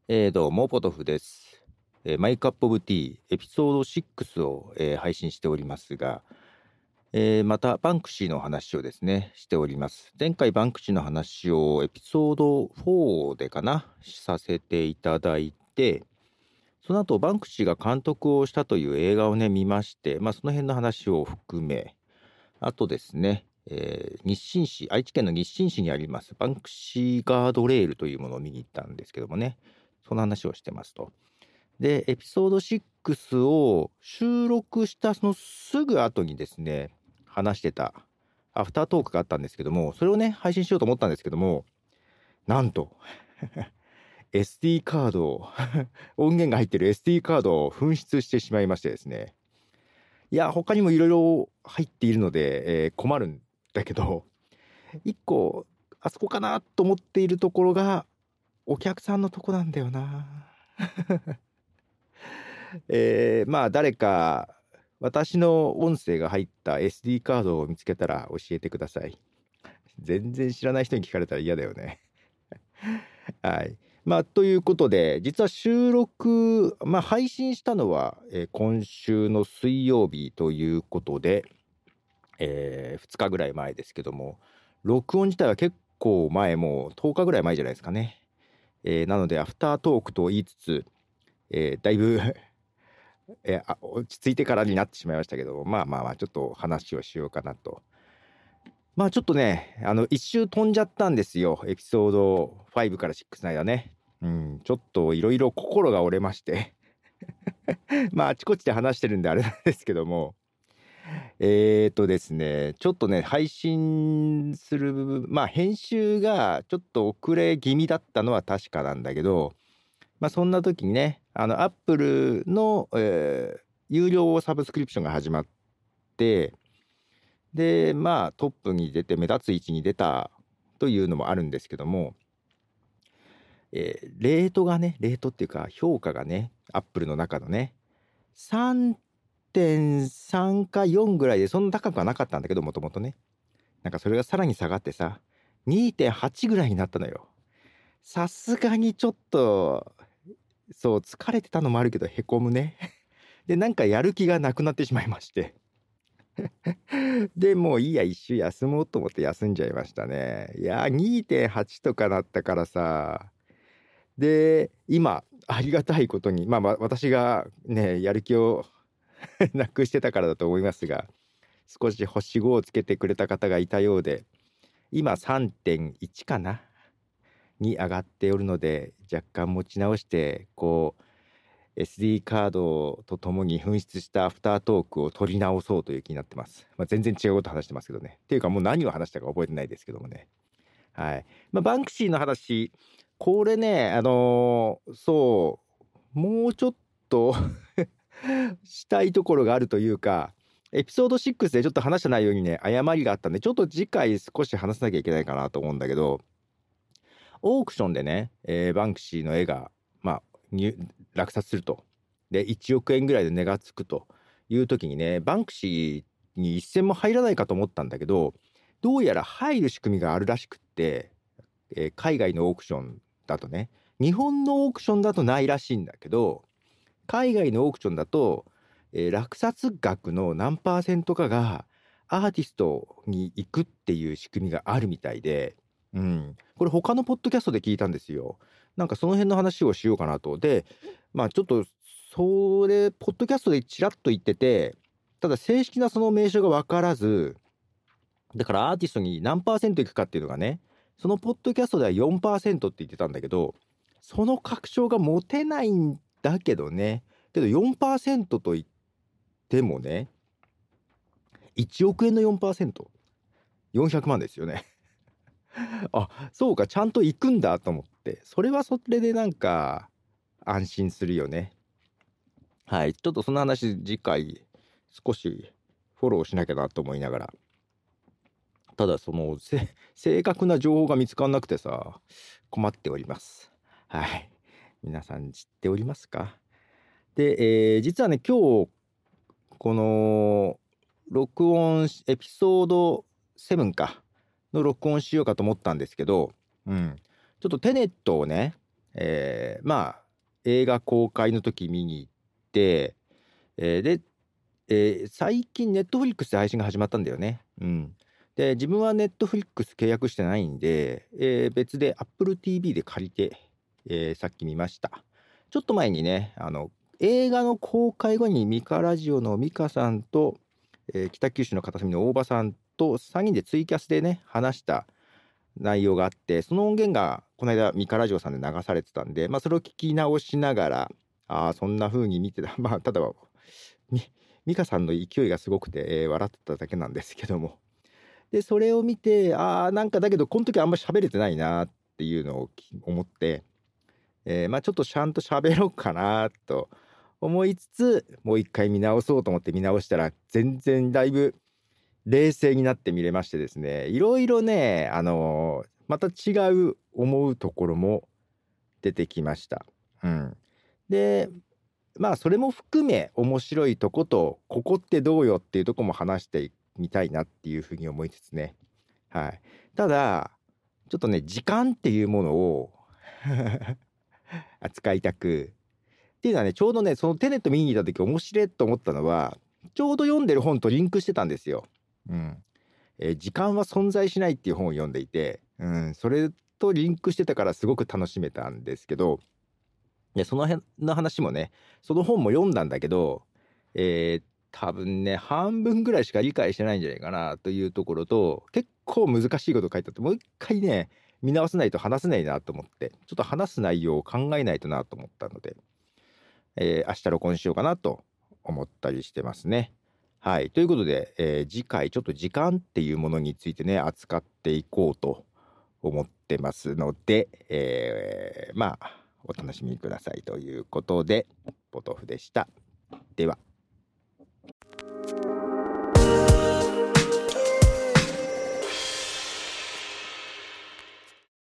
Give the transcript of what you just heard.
どうも、ポトフです。マイカップオブティーエピソード6を、配信しておりますが、またバンクシーの話をですね、しております。前回バンクシーの話をエピソード4でかな、させていただいて、その後バンクシーが監督をしたという映画をね、見まして、その辺の話を含め、あとですね、日清市、愛知県の日清市にありますバンクシーガードレールというものを見に行ったんですけどもね、その話をしてますと。で、エピソード6を収録したそのすぐ後にですね、話してたアフタートークがあったんですけども、それをね、配信しようと思ったんですけども、なんと、SD カードを音源が入ってる SD カードを紛失してしまいましてですね。いや、他にもいろいろ入っているので、困るんだけど、一個、あそこかなと思っているところが、お客さんのとこなんだよな。誰か私の音声が入った SD カードを見つけたら教えてください。全然知らない人に聞かれたら嫌だよね。はい。ということで、実は収録、配信したのは、今週の水曜日ということで、2日ぐらい前ですけども、録音自体は結構前、もう10日ぐらい前じゃないですかね。なので、アフタートークと言いつつ、だいぶ落ち着いてからになってしまいましたけど、ちょっと話をしようかなと。ちょっとね、一周飛んじゃったんですよ。エピソード5から6の間ね。ちょっといろいろ心が折れまして。あちこちで話してるんであれなんですけども。ですね、ちょっとね、配信する部分、編集がちょっと遅れ気味だったのは確かなんだけど、そんな時にね、アップルの、有料サブスクリプションが始まって、で、トップに出て目立つ位置に出たというのもあるんですけども、レートっていうか評価がね、アップルの中のね、3.3 か4ぐらいでそんな高くはなかったんだけど、もともとね。なんかそれがさらに下がってさ、2.8 ぐらいになったのよ。さすがにちょっと、そう、疲れてたのもあるけど、へこむね。で、なんかやる気がなくなってしまいまして。で、もういいや、一周休もうと思って休んじゃいましたね。いや、2.8 とかなったからさ。で、今、ありがたいことに、私がね、やる気をなくしてたからだと思いますが、少し星5をつけてくれた方がいたようで、今 3.1 かなに上がっておるので、若干持ち直して、SD カードとともに紛失したアフタートークを取り直そうという気になってます。全然違うこと話してますけどね。っていうかもう何を話したか覚えてないですけどもね。はい。バンクシーの話、これね、そう、もうちょっとしたいところがあるというか、エピソード6でちょっと話した内容にね、誤りがあったんで、ちょっと次回少し話さなきゃいけないかなと思うんだけど、オークションでね、バンクシーの絵が、落札すると。で、1億円ぐらいで値がつくという時にね、バンクシーに一銭も入らないかと思ったんだけど、どうやら入る仕組みがあるらしくって、海外のオークションだとね、日本のオークションだとないらしいんだけど、海外のオークションだと、落札額の何パーセントかがアーティストに行くっていう仕組みがあるみたいで、これ他のポッドキャストで聞いたんですよ。なんかその辺の話をしようかなと。で、ちょっとそれポッドキャストでちらっと言ってて、ただ正式なその名称が分からず、だからアーティストに何パーセントいくかっていうのがね、そのポッドキャストでは 4% って言ってたんだけど、その確証が持てないんだけどね。けど 4% と言ってもね、1億円の 4%、400万ですよね。あ、そうか、ちゃんと行くんだと思って、それはそれでなんか安心するよね。はい、ちょっとその話次回少しフォローしなきゃなと思いながら。ただその正確な情報が見つからなくてさ、困っております。はい。皆さん知っておりますか？で、実はね、今日、この、録音、エピソード7か、の録音しようかと思ったんですけど、ちょっとテネットをね、 まあ映画公開の時見に行って、で、最近ネットフリックスで配信が始まったんだよね。で自分はネットフリックス契約してないんで、別で Apple TV で借りて、さっき見ました。ちょっと前にね映画の公開後にミカラジオのミカさんと、北九州の片隅の大場さんと3人でツイキャスでね話した内容があって、その音源がこの間ミカラジオさんで流されてたんで、それを聞き直しながら、そんな風に見てたただミカさんの勢いがすごくて、笑ってただけなんですけども、でそれを見てなんかだけどこの時あんまり喋れてないなっていうのを思って、ちょっとちゃんと喋ろうかなと思いつつ、もう一回見直そうと思って見直したら全然だいぶ冷静になって見れましてですね、いろいろねまた違う思うところも出てきました。でそれも含め面白いとことここってどうよっていうとこも話してみたいなっていうふうに思いつつね、ただちょっとね時間っていうものを扱いたくっていうのはね、ちょうどねそのテネット見に行った時面白いと思ったのは、ちょうど読んでる本とリンクしてたんですよ。時間は存在しないっていう本を読んでいて、それとリンクしてたからすごく楽しめたんですけど、その辺の話もね、その本も読んだんだけど、多分ね半分ぐらいしか理解してないんじゃないかなというところと、結構難しいこと書いてあって、もう一回ね見直さないと話せないなと思って、ちょっと話す内容を考えないとなと思ったので、明日録音しようかなと思ったりしてますね。ということで、次回ちょっと時間っていうものについてね扱っていこうと思ってますので、お楽しみくださいということで、ポトフでした。では。